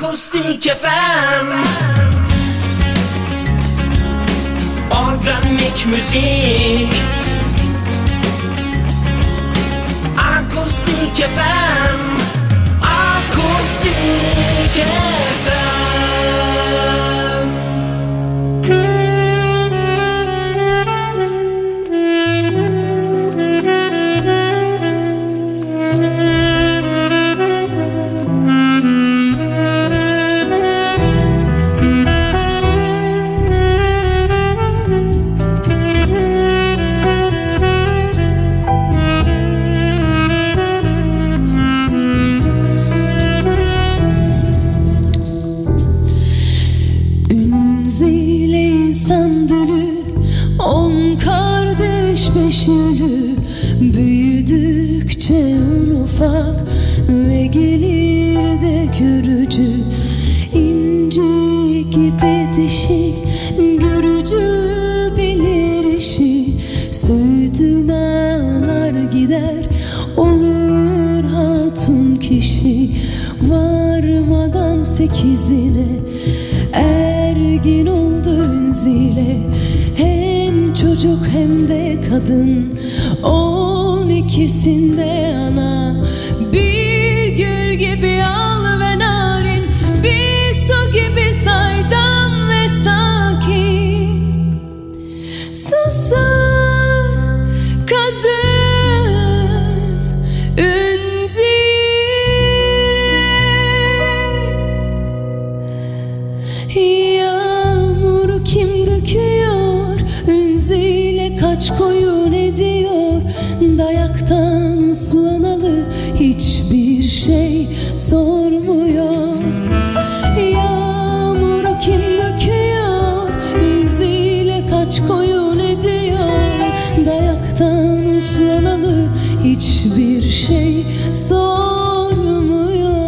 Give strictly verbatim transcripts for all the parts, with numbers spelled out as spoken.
Akustik F M, organik müzik. Akustik F M, Akustik F M. Büyüdükçe un ufak ve gelir de görücü, inci gibi dişi, görücü bilir işi. Söğüdüm ağlar gider, olur hatun kişi. Varmadan sekizine ergin oldu zile, hem çocuk hem de kadın, on ikisinde ana. Bir gül gibi al ve narin, bir su gibi saydam ve sakin. Susan kadın ünzile, yağmuru kim döküyor, ünzile kaç koyun ediyor. Dayaktan uslanalı hiçbir şey sormuyor. Yağmuru kim döküyor, ünzile kaç koyun ediyor. Dayaktan uslanalı hiçbir şey sormuyor.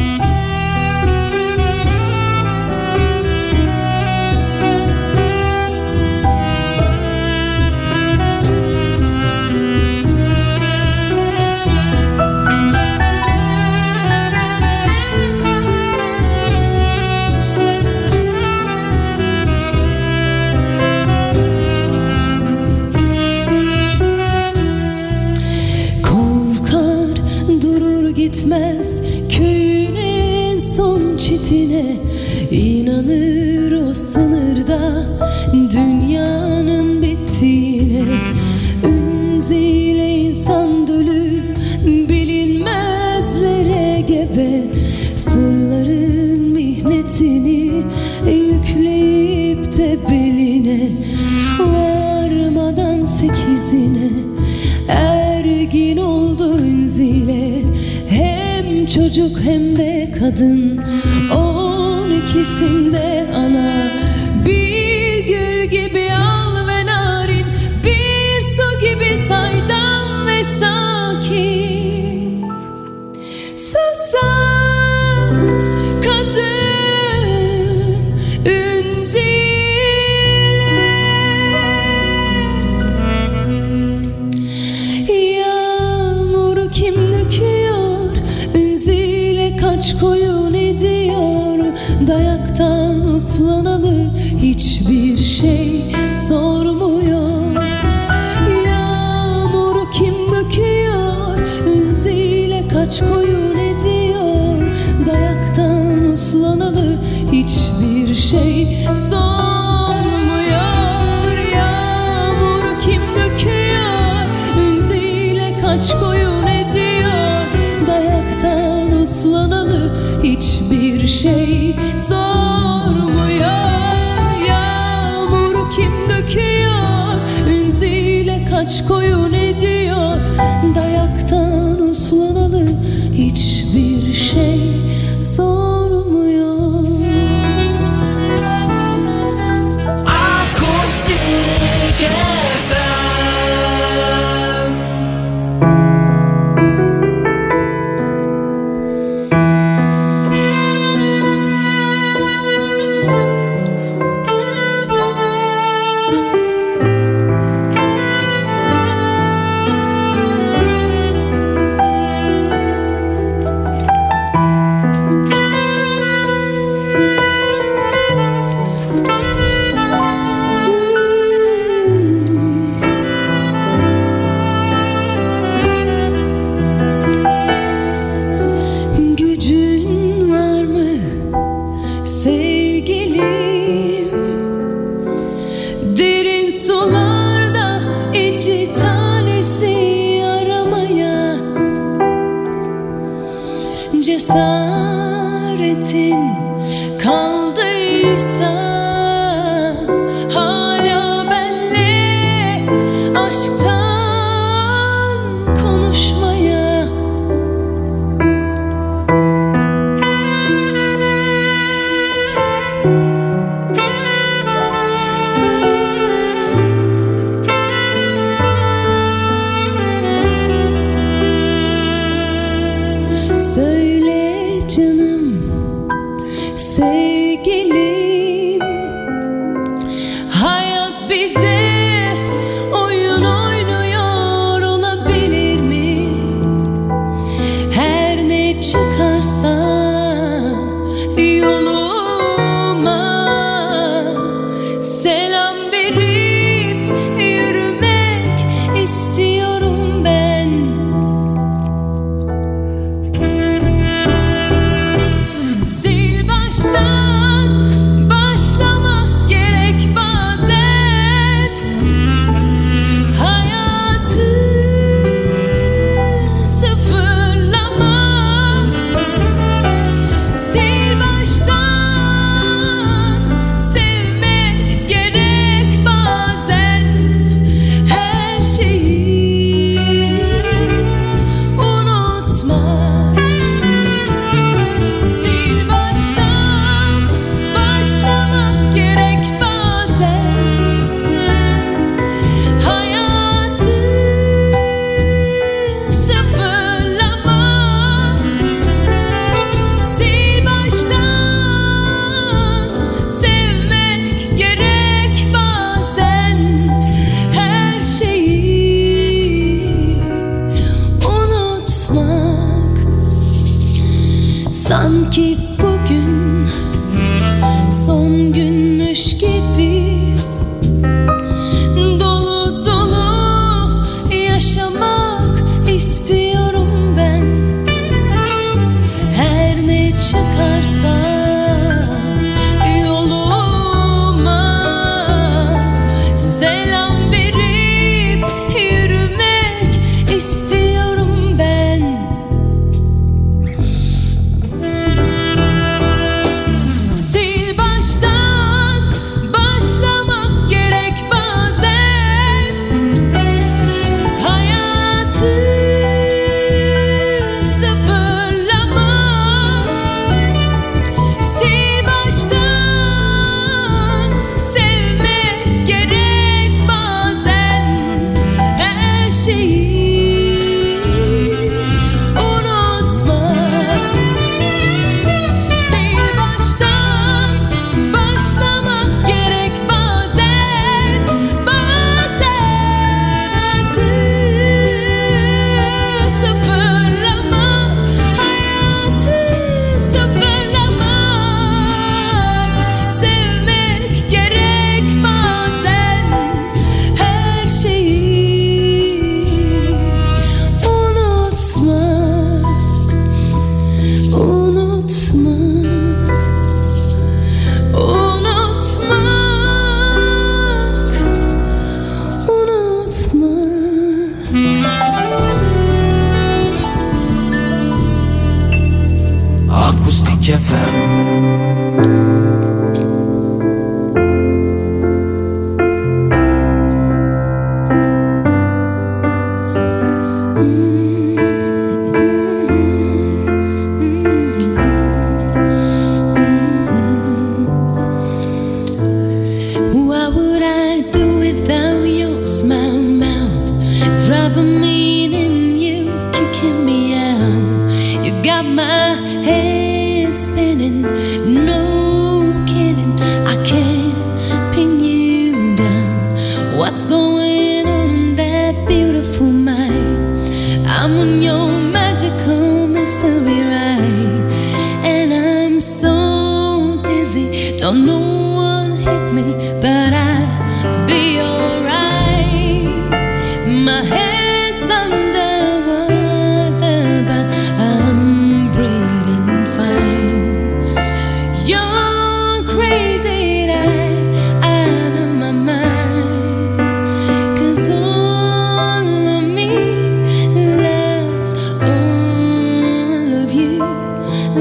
Gitmez köyün en son çitine, inanır o sınırda dünyanın bittiğine. Ünzile insan dölü, bilinmezlere gebe, sırların mihnetini yükleyip de beline. Varmadan sekizine ergin oldu ünzile, hem çocuk hem de kadın, on ikisinde ana. Bir gül gibi al ve narin, bir su gibi saydam ve sakin. Susan kadın ünzile, yağmuru kim döküyor, ünzile kaç koyun ediyor. Dayaktan uslanalı hiçbir şey sormuyor. Yağmuru kim döküyor, ünzile kaç koyun ediyor. Dayaktan uslanalı hiçbir şey sormuyor. Yağmuru kim döküyor, ünzile kaç koyun ediyor. Dayaktan uslanalı hiçbir şey sormuyor. Yağmuru kim döküyor, ünzile kaç koyun ediyor. Dayaktan uslanalı hiçbir şey sormuyor. Akustik F M. cesaretin kaldıysa hala benle aşktan konuşmaya. Söyle canım, sevgilim, hayat bize oyun oynuyor olabilir mi? Her ne çıkarsa yoluma selam verip yürümek istiyorum ben. Sil baştan başlamak gerek bazen. Hayatı sıfırlamak. Sil baştan sevmek gerek bazen. Her şeyi unutmak. Sil baştan başlamak gerek bazen. Hayatı sıfırlamak. Sil baştan sevmek gerek bazen. Her şeyi unutmak. Sanki bugün son günmüş gibi dolu dolu yaşamak istiyorum ben. Her ne çıkarsa yoluma selam verip yürümek istiyorum ben. Sil baştan başlamak gerek bazen. Hayatı sıfırlamak. Sil baştan sevmek gerek bazen. Her şeyi unutmak. Sil baştan başlamak gerek bazen. Bazen sıfırlamak. Hayatı sıfırlamak. Sevmek gerek bazen. Her şeyi unutmak. Unutmak. Unutmak. Unutmak. Akustik F M. What would I do without your smile mouth? Driving me in and you kicking me out. You got my head spinning, no kidding. I can't pin you down. What's going on in that beautiful mind? I'm on your magical mystery ride, and I'm so dizzy, don't know what hit me, but I'll be alright. My head's underwater, but I'm breathing fine. You're crazy, I, out of my mind. 'Cause all of me loves all of you,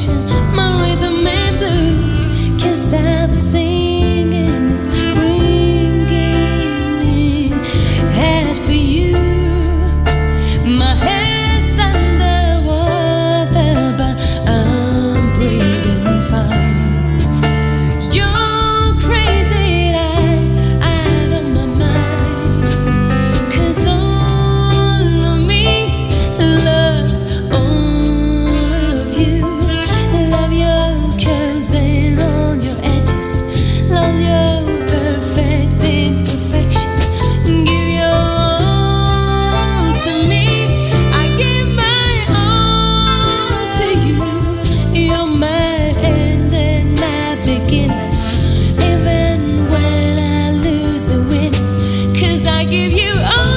affection, my rhythm and blues. Can't stop singing, it's ringing in head for you. My head's underwater, but I'm breathing fine. You're crazy, I, out of my mind. 'Cause all of me loves all of you. Love your curves and all your edges. Love your perfect imperfections. Give your all to me. I give my all to you. You're my end and my beginning. Even when I lose or win, 'cause I give you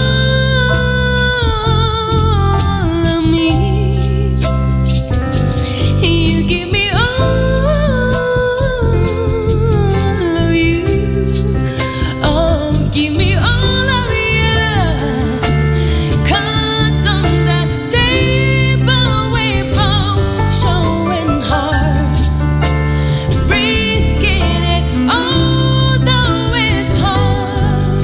all of me. You give me all of you. Oh, give me all of you. Cards on the table, we both showing hearts, risking it, although it's hard.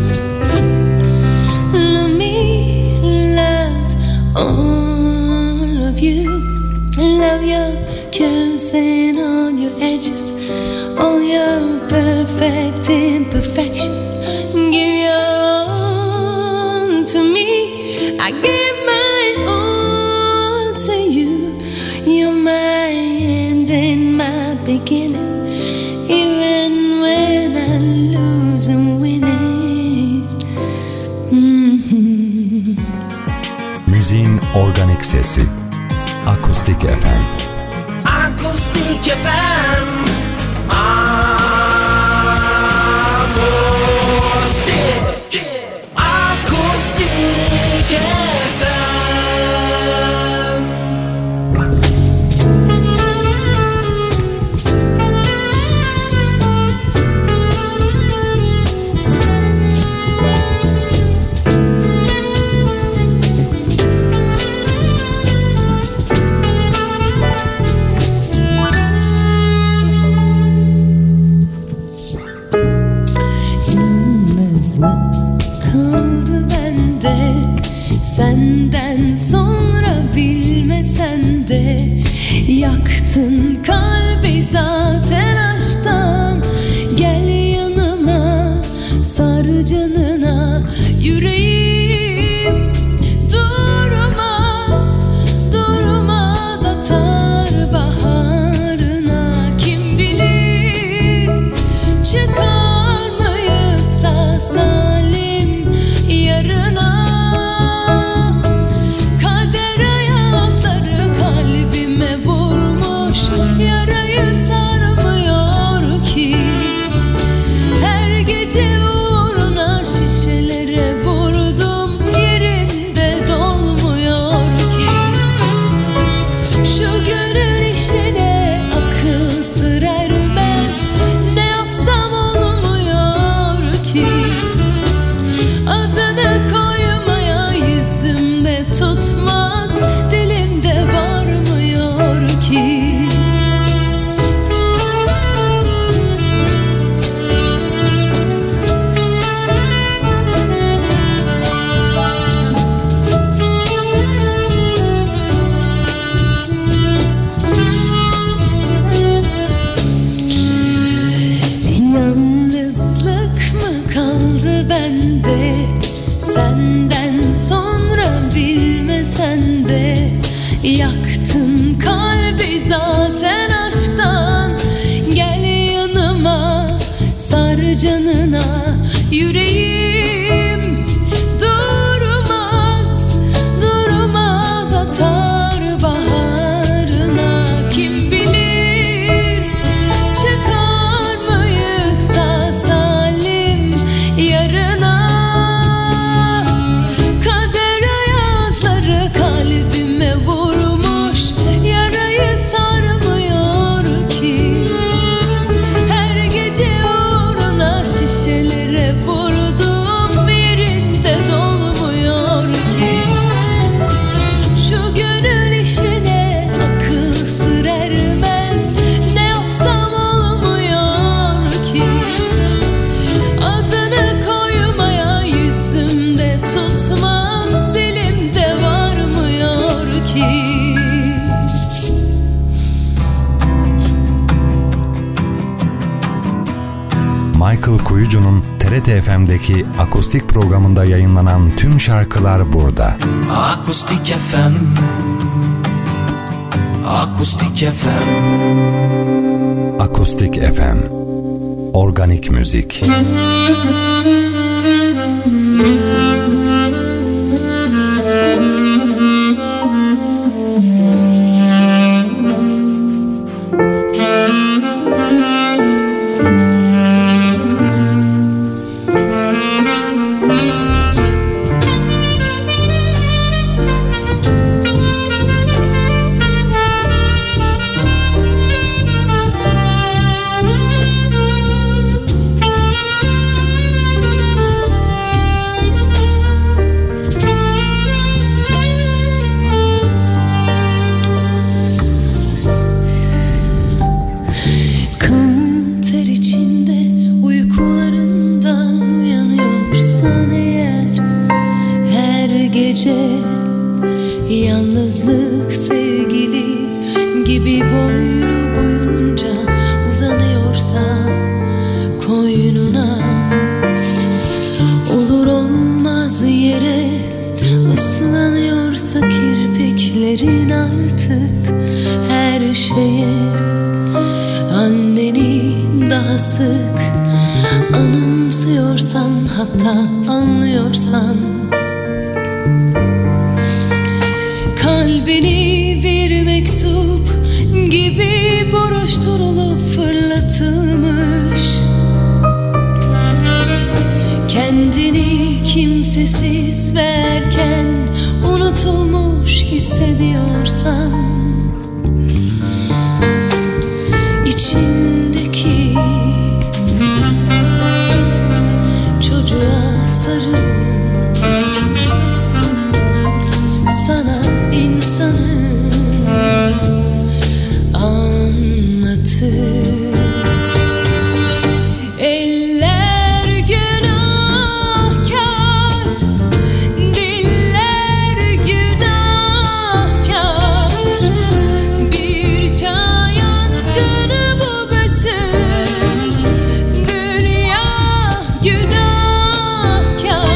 Love me loves all of you. Love your curves and all your edges, all your perfect imperfections. Give your all to me. I give my all to you. You're my end and my beginning. Even when I lose and winning. Mhm. Müziğin organik sesi. Akustik F M. Akustik F M. Akustik. Akustik F M. Yalnızlık kaldı bende, senden sonra bilmesen de. Yaktın kalbi zaten aşktan. Gel yanıma, sar canına. Yüreğim durmaz, durmaz atar baharına. Kim bilir çıkar mıyız sağ salim yarına. Kader ayazları kalbime vurmuş, yarayı sarmış. Michael Kuyucu'nun T R T F M'deki akustik programında yayınlanan tüm şarkılar burada. Akustik F M. Akustik F M. Akustik F M. Organik müzik. Yalnızlık sevgili gibi boylu boyunca uzanıyorsa koynuna, olur olmaz yere ıslanıyorsa kirpiklerin artık her şeye, anneni daha sık anımsıyorsan, hatta anlıyorsan, kalbini bir mektup gibi buruşturulup fırlatılmış, kendini kimsesiz ve erken unutulmuş hissediyorsan, içindeki çocuğa sarıl, sana insanı anlatır. Eller günahkar, diller günahkar, bir çay yangını bu bütün dünya günahkar.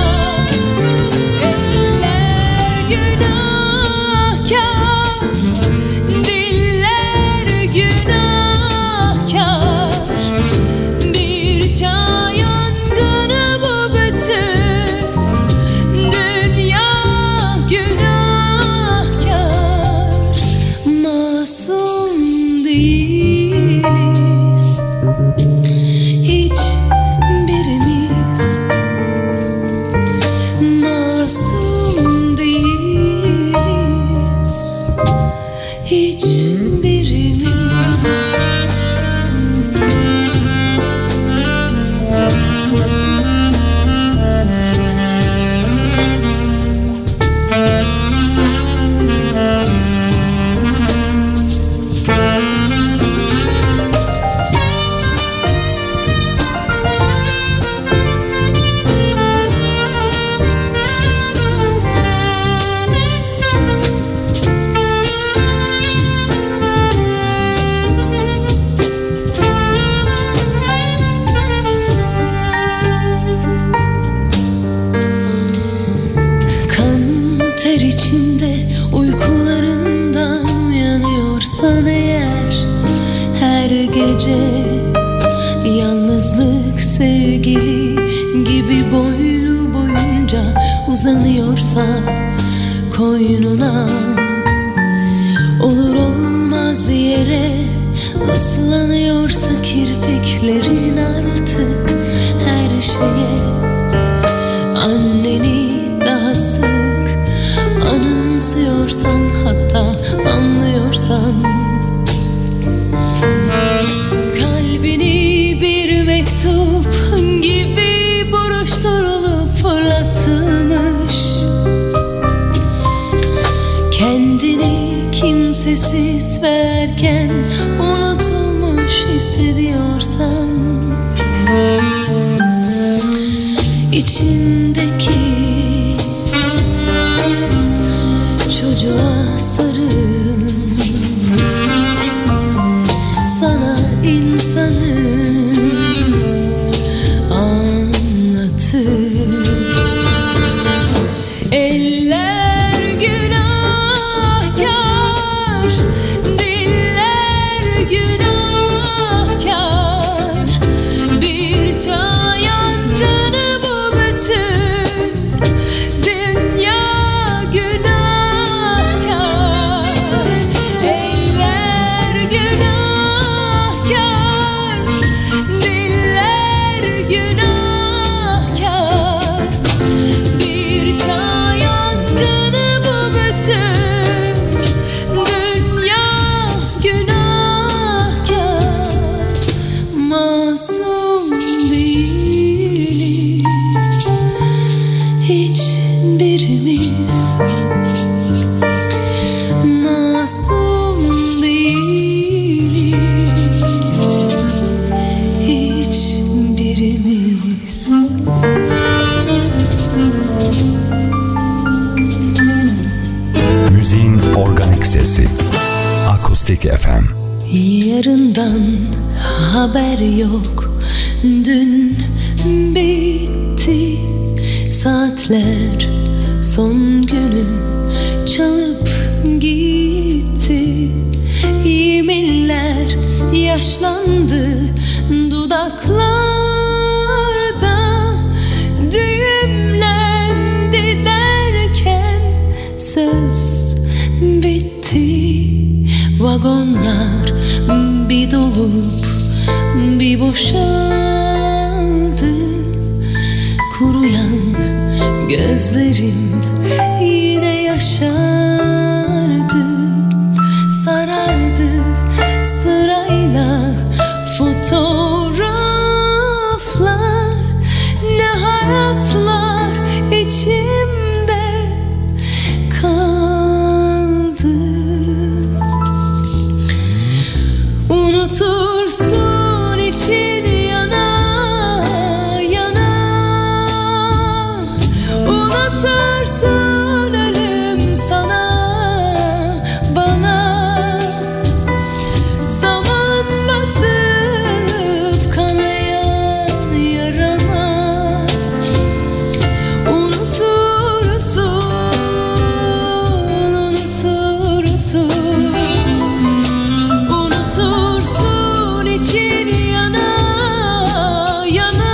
Eller günahkar, diller günahkar, bir çay yangını bu bütün dünya günahkar. Masum değiliz hiçbirimiz, masum değiliz hiçbirimiz. Kan ter içinde uykularından uyanıyorsan eğer, her gece yalnızlık sevgili gibi boylu boyunca uzanıyorsa koynuna, olur olmaz yere ıslanıyorsa kirpiklerin artık her şeye, anneni daha sık anımsıyorsan, hatta anlıyorsan, kalbini bir mektup gibi buruşturulup fırlatılmış, kendini kimsesiz ve erken unutulmuş hissediyorsan, içindeki çocuğa sarıl, sana insanı günahkar, diller günahkar. Bir çay attığını bu bütün dünya günahkar. Masum değiliz hiçbirimiz, masum değiliz hiçbirimiz. Müziğin organik sesi Akustik F M. Yarından haber yok, dün bitti. Saatler son günü çalıp gitti. Yeminler yaşlandı dudaklarda, düğümlendi derken söz bitti. Vagonlar bir dolup bir boşaldı. Kuruyan gözlerim yine yaşardı. Sarardı sırayla fotoğraflar. Ne hayatlar içimde kaldı. Unutursun için yana yana, unutursun ölüm sana bana. Zaman basıp kanayan yarama. Unutursun, unutursun. Unutursun için yana yana,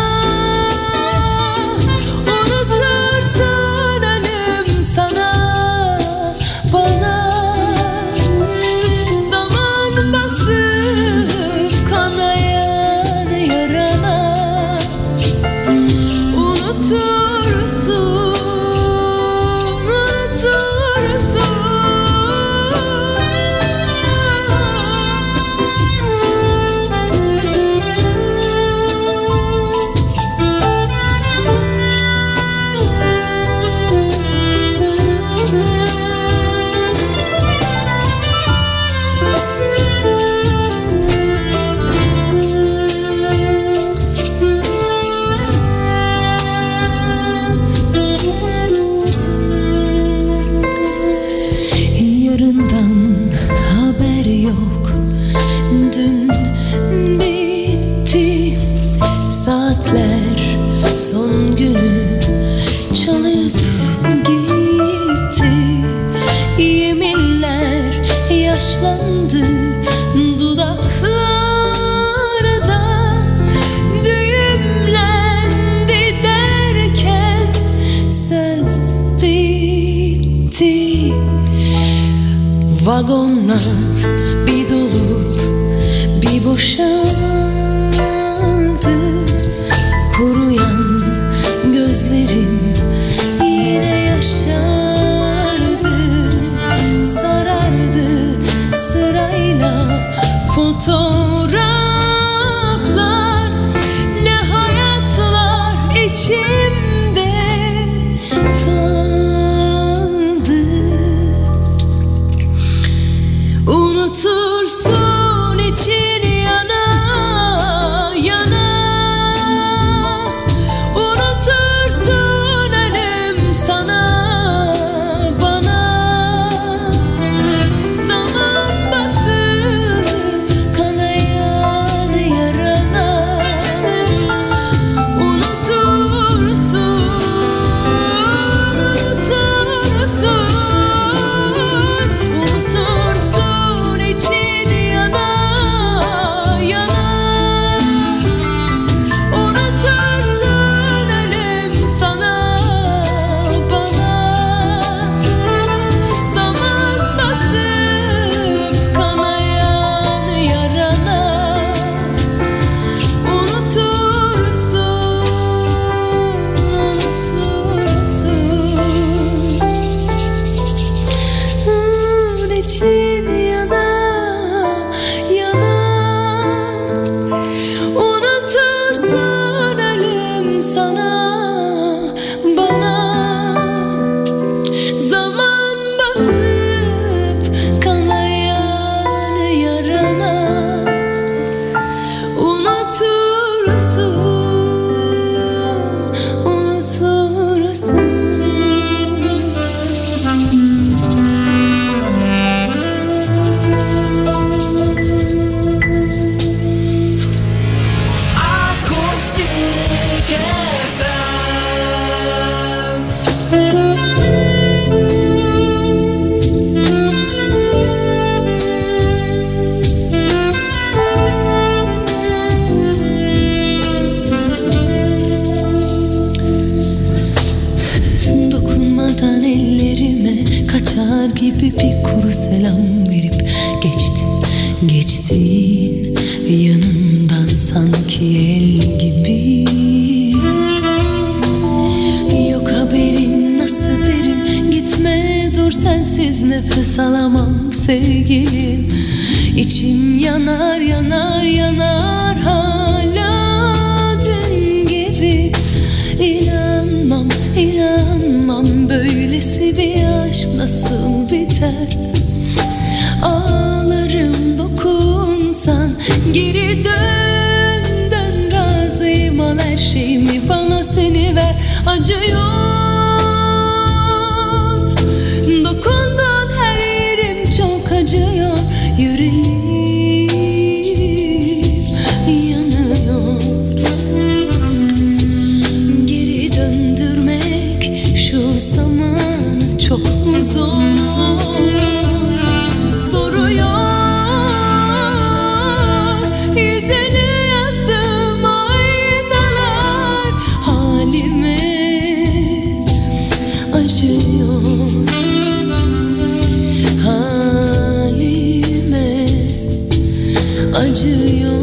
unutursun ölüm sana bana. Zaman basıp kanayan yarana. Unutursun, yarından haber yok, dün bitti. Saatler son günü çalıp gitti. Yeminler yaşlandı dudaklarda, düğümlendi derken söz bitti. Vagonlar bir dolup bir boşaldı. Kuruyan gözlerim yine yaşardı. Sarardı sırayla fotoğraflar. Ne hayatlar içimde kaldı. Unutursun için yana yana, unutursun ölüm sana bana. Zaman basıp kanayan yanımdan sanki el gibi. Yok haberin nasıl derim, gitme dur sensiz nefes alamam sevgilim. İçim yanar yanar yanar hala dün gibi. İnanmam inanmam böylesi bir aşk nasıl biter. Ağlarım dokunsan geri dön dön, razıyım al her şeyimi bana seni ver, acıyor. Dokundun her yerim çok acıyor, yüreğim yanıyor. Geri döndürmek şu zamanı çok mu zor? Soruyor yüzünü yazdım aynalar, halime acıyor, halime acıyor.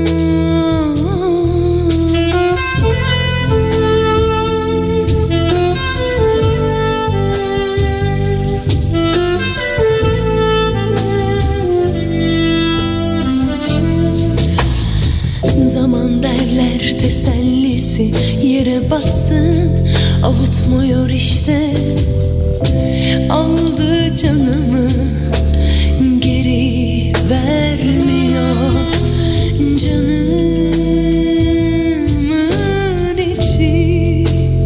Zaman derler tesellisi yere batsın, avutmuyor işte. Aldı canımı geri vermiyor, canımın içi.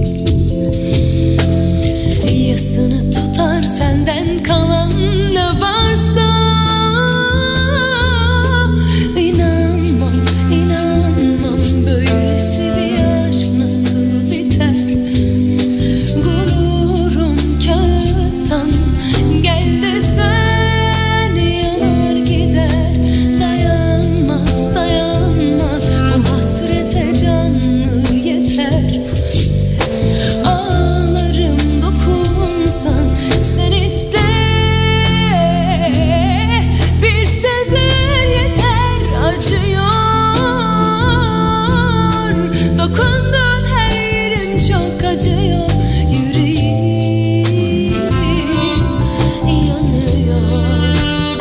Yasını tutar senden kalan ne varsa. İnanmam inanmam böylesi bir aşk nasıl biter. Gururum kağıttan gel desen yanar gider. Dayanmaz dayanmaz bu hasrete can mı yeter. Ağlarım dokunsan sen iste, bir sezer yeter, acıyor. Dokundun her yerim çok acıyor, yüreğim yanıyor.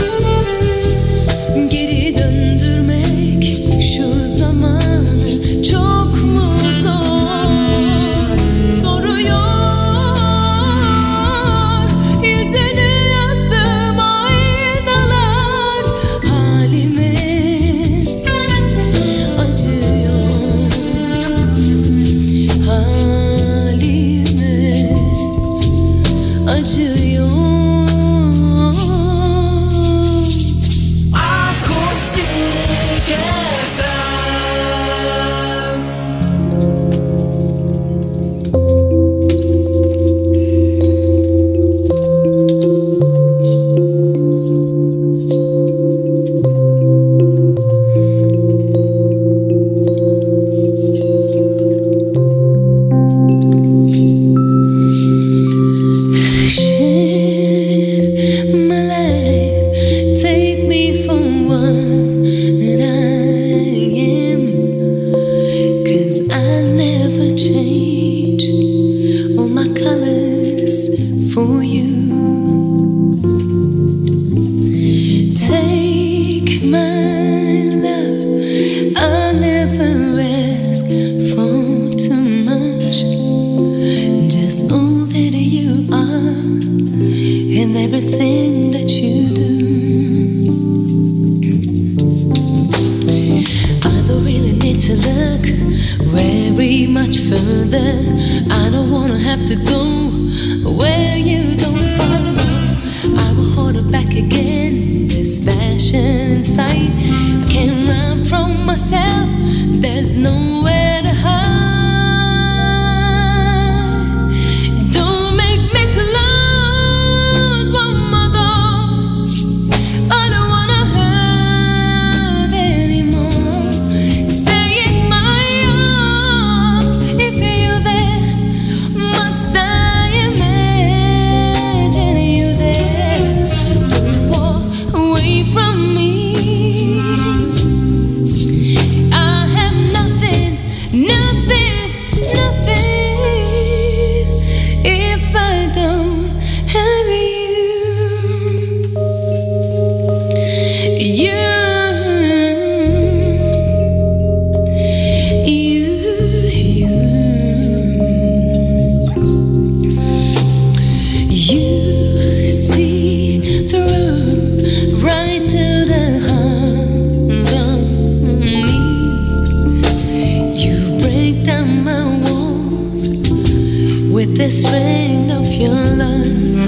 Geri döndürmek şu zamanı çok mu zor? Soruyor yüzünü yazdım aynalar, halime acıyor, halime acıyor. Akustik F M. Share my life, take me for one that I am, 'cause I never change all my colors for you. Take my love, I never ask for too much, just all that you are and everything that you do. I don't really need to look very much further. I don't wanna have to go where you don't follow. I will hold it back again, this passion inside. I can't run from myself, there's nowhere to hide. Don't make me close one more door. I don't wanna hurt anymore. Stay in my arms if you're there. Must I imagine you there? Don't walk away from me. the strength of your love.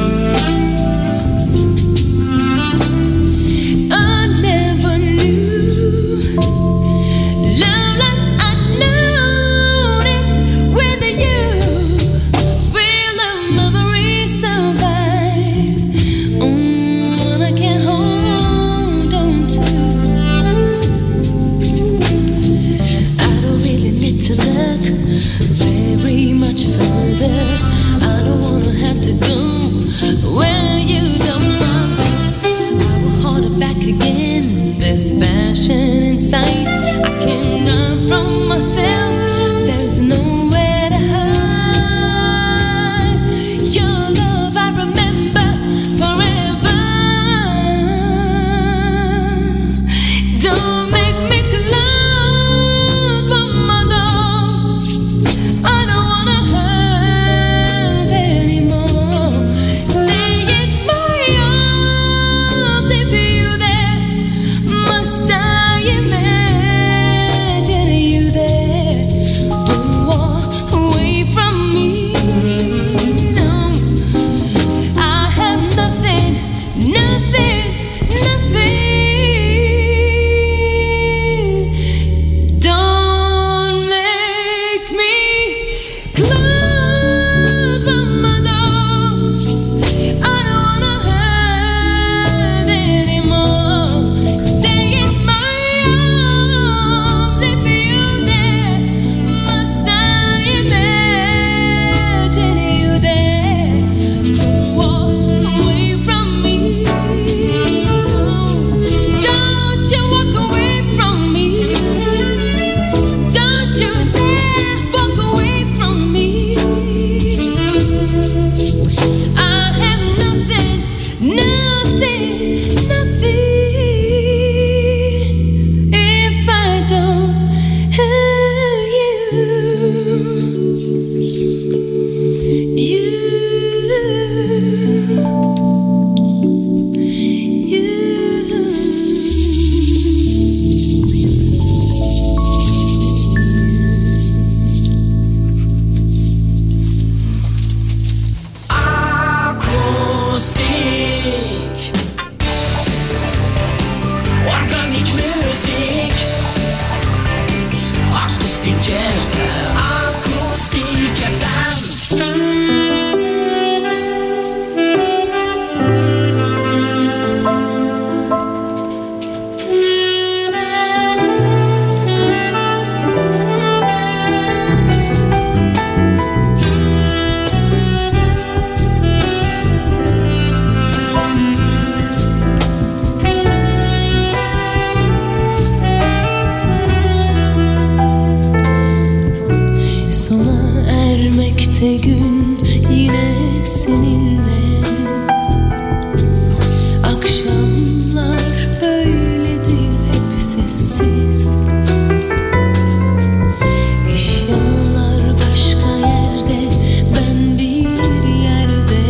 I never knew love like I know it with you. Will the memory survive? Mm, I can't hold on to. I don't really need to look very much further. I don't wanna have to go where you don't want. I will hold it back again. This passion inside, I can't run from myself. There's nowhere to hide. Your love I remember forever. Don't make me close my door. I don't wanna hurt anymore. Stay in my arms if you there. Must I imagine you there? Don't walk away from me. No, I have nothing, nothing, nothing. Don't make me close my door. I don't wanna hurt anymore. Stay in my arms if you there. Must I imagine you there? Don't walk away from me. Don't you walk away from me. Don't you dare walk away from me. I have nothing, nothing, nothing if I don't have you. You, Akustik Organik müzik Akustik F M Akustik F M sona ermekte gün yine seninle. Akşamlar böyledir hep sessiz. Eşyalar başka yerde, ben bir yerde.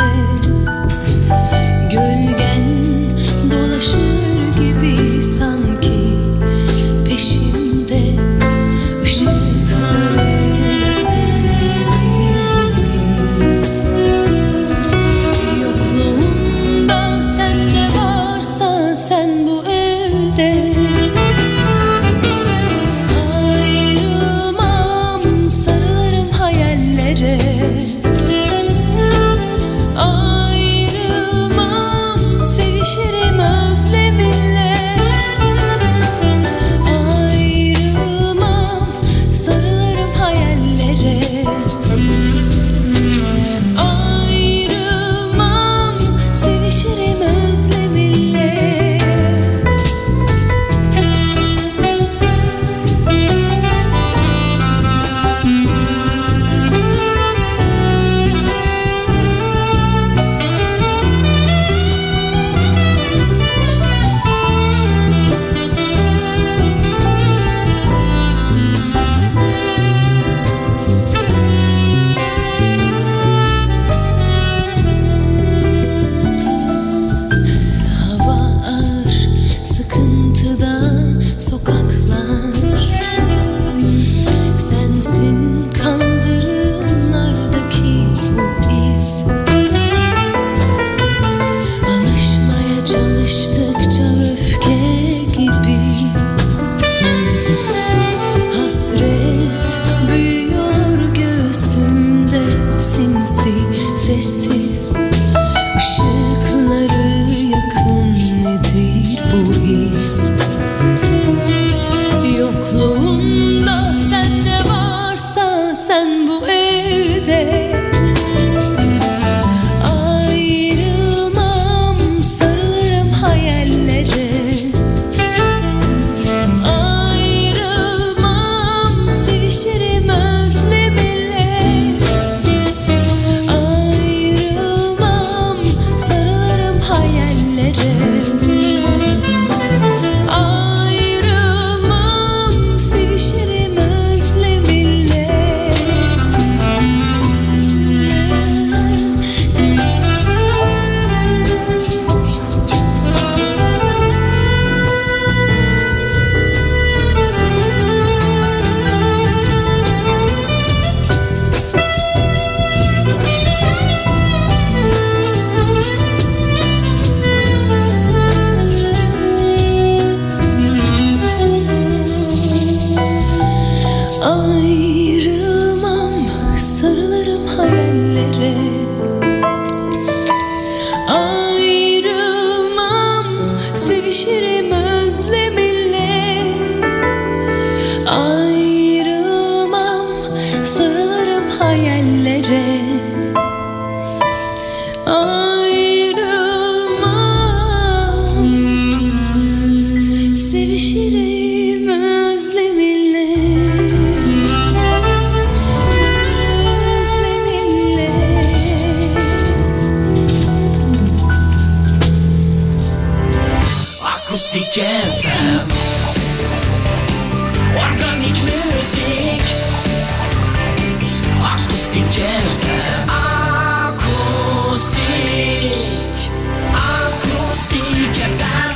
Gölgen dolaşır gibi sanki peşimde. Işıkları nedir? hayallere. Ayrılmam, sevişirim özleminle. Ayrılmam, sarılırım hayallere. Ayrılmam, sevişirim özleminle. Özleminle. Akustik F M, organik müzik. Akustik F M, akustik, akustik F M.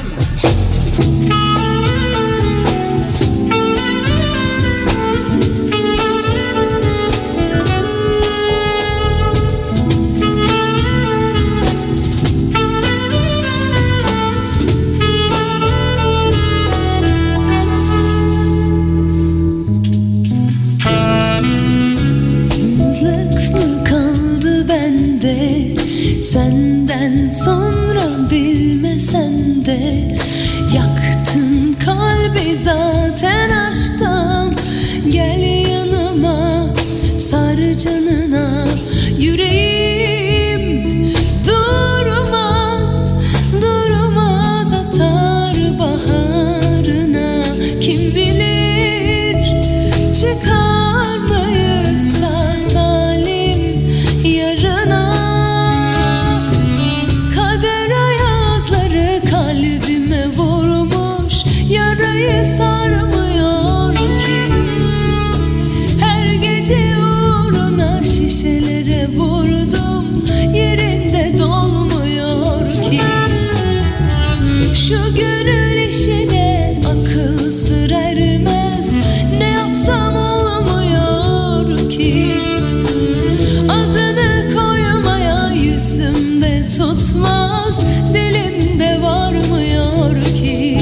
Yalnızlık mı kaldı bende, senden sonra bilmesen de. Yaktın kalbi zaten aşktan. Gel yanıma, sar canına. Yüreğim durmaz, durmaz atar baharına. Kim bilir çıkar mıyız sağ salim yarına. Kader ayazları kalbime vurmuş, yarayı sarmıyor ki. Her gece uğruna şişelere vurdum, yerinde dolmuyor ki. Şu gönül işine akıl sır ermez, ne yapsam olmuyor ki. Adını koymaya yüzümde tutmaz, dilimde varmıyor ki.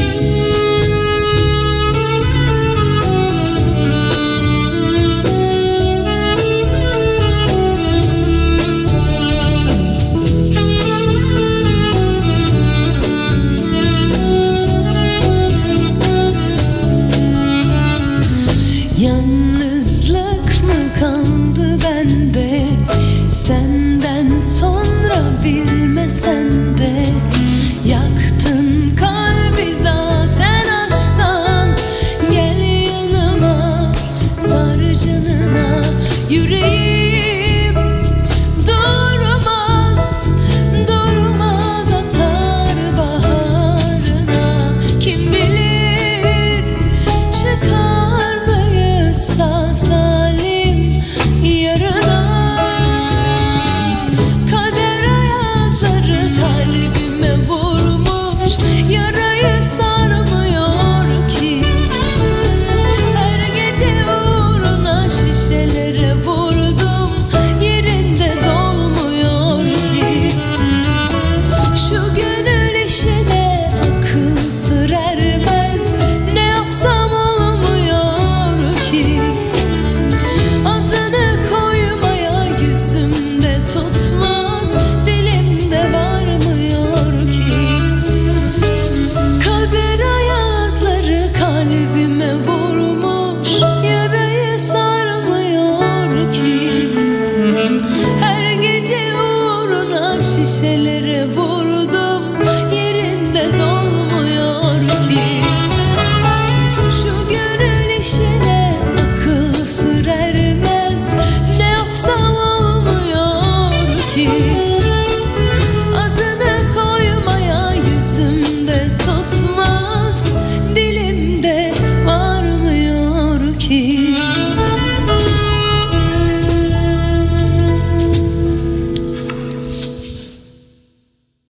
Yalnızlık mı kaldı bende, senden sonra bilmesen de. Yaktın kalbi zaten aşktan. Gel yanıma, sar canına. Yüreğim durmaz, durmaz atar baharına. Kim bilir çıkar mıyız sağ salim yarına. Kader ayazları kalbime vurmuş, yarayı sarmıyor ki. Her gece uğruna şişelere vurdum, yerinde dolmuyor ki. Şu gönül işine akıl sır ermez, ne yapsam olmuyor ki. Adını koymaya yüzümde tutmaz, dilimde varmıyor ki. Kader ayazları kalbime vurmuş,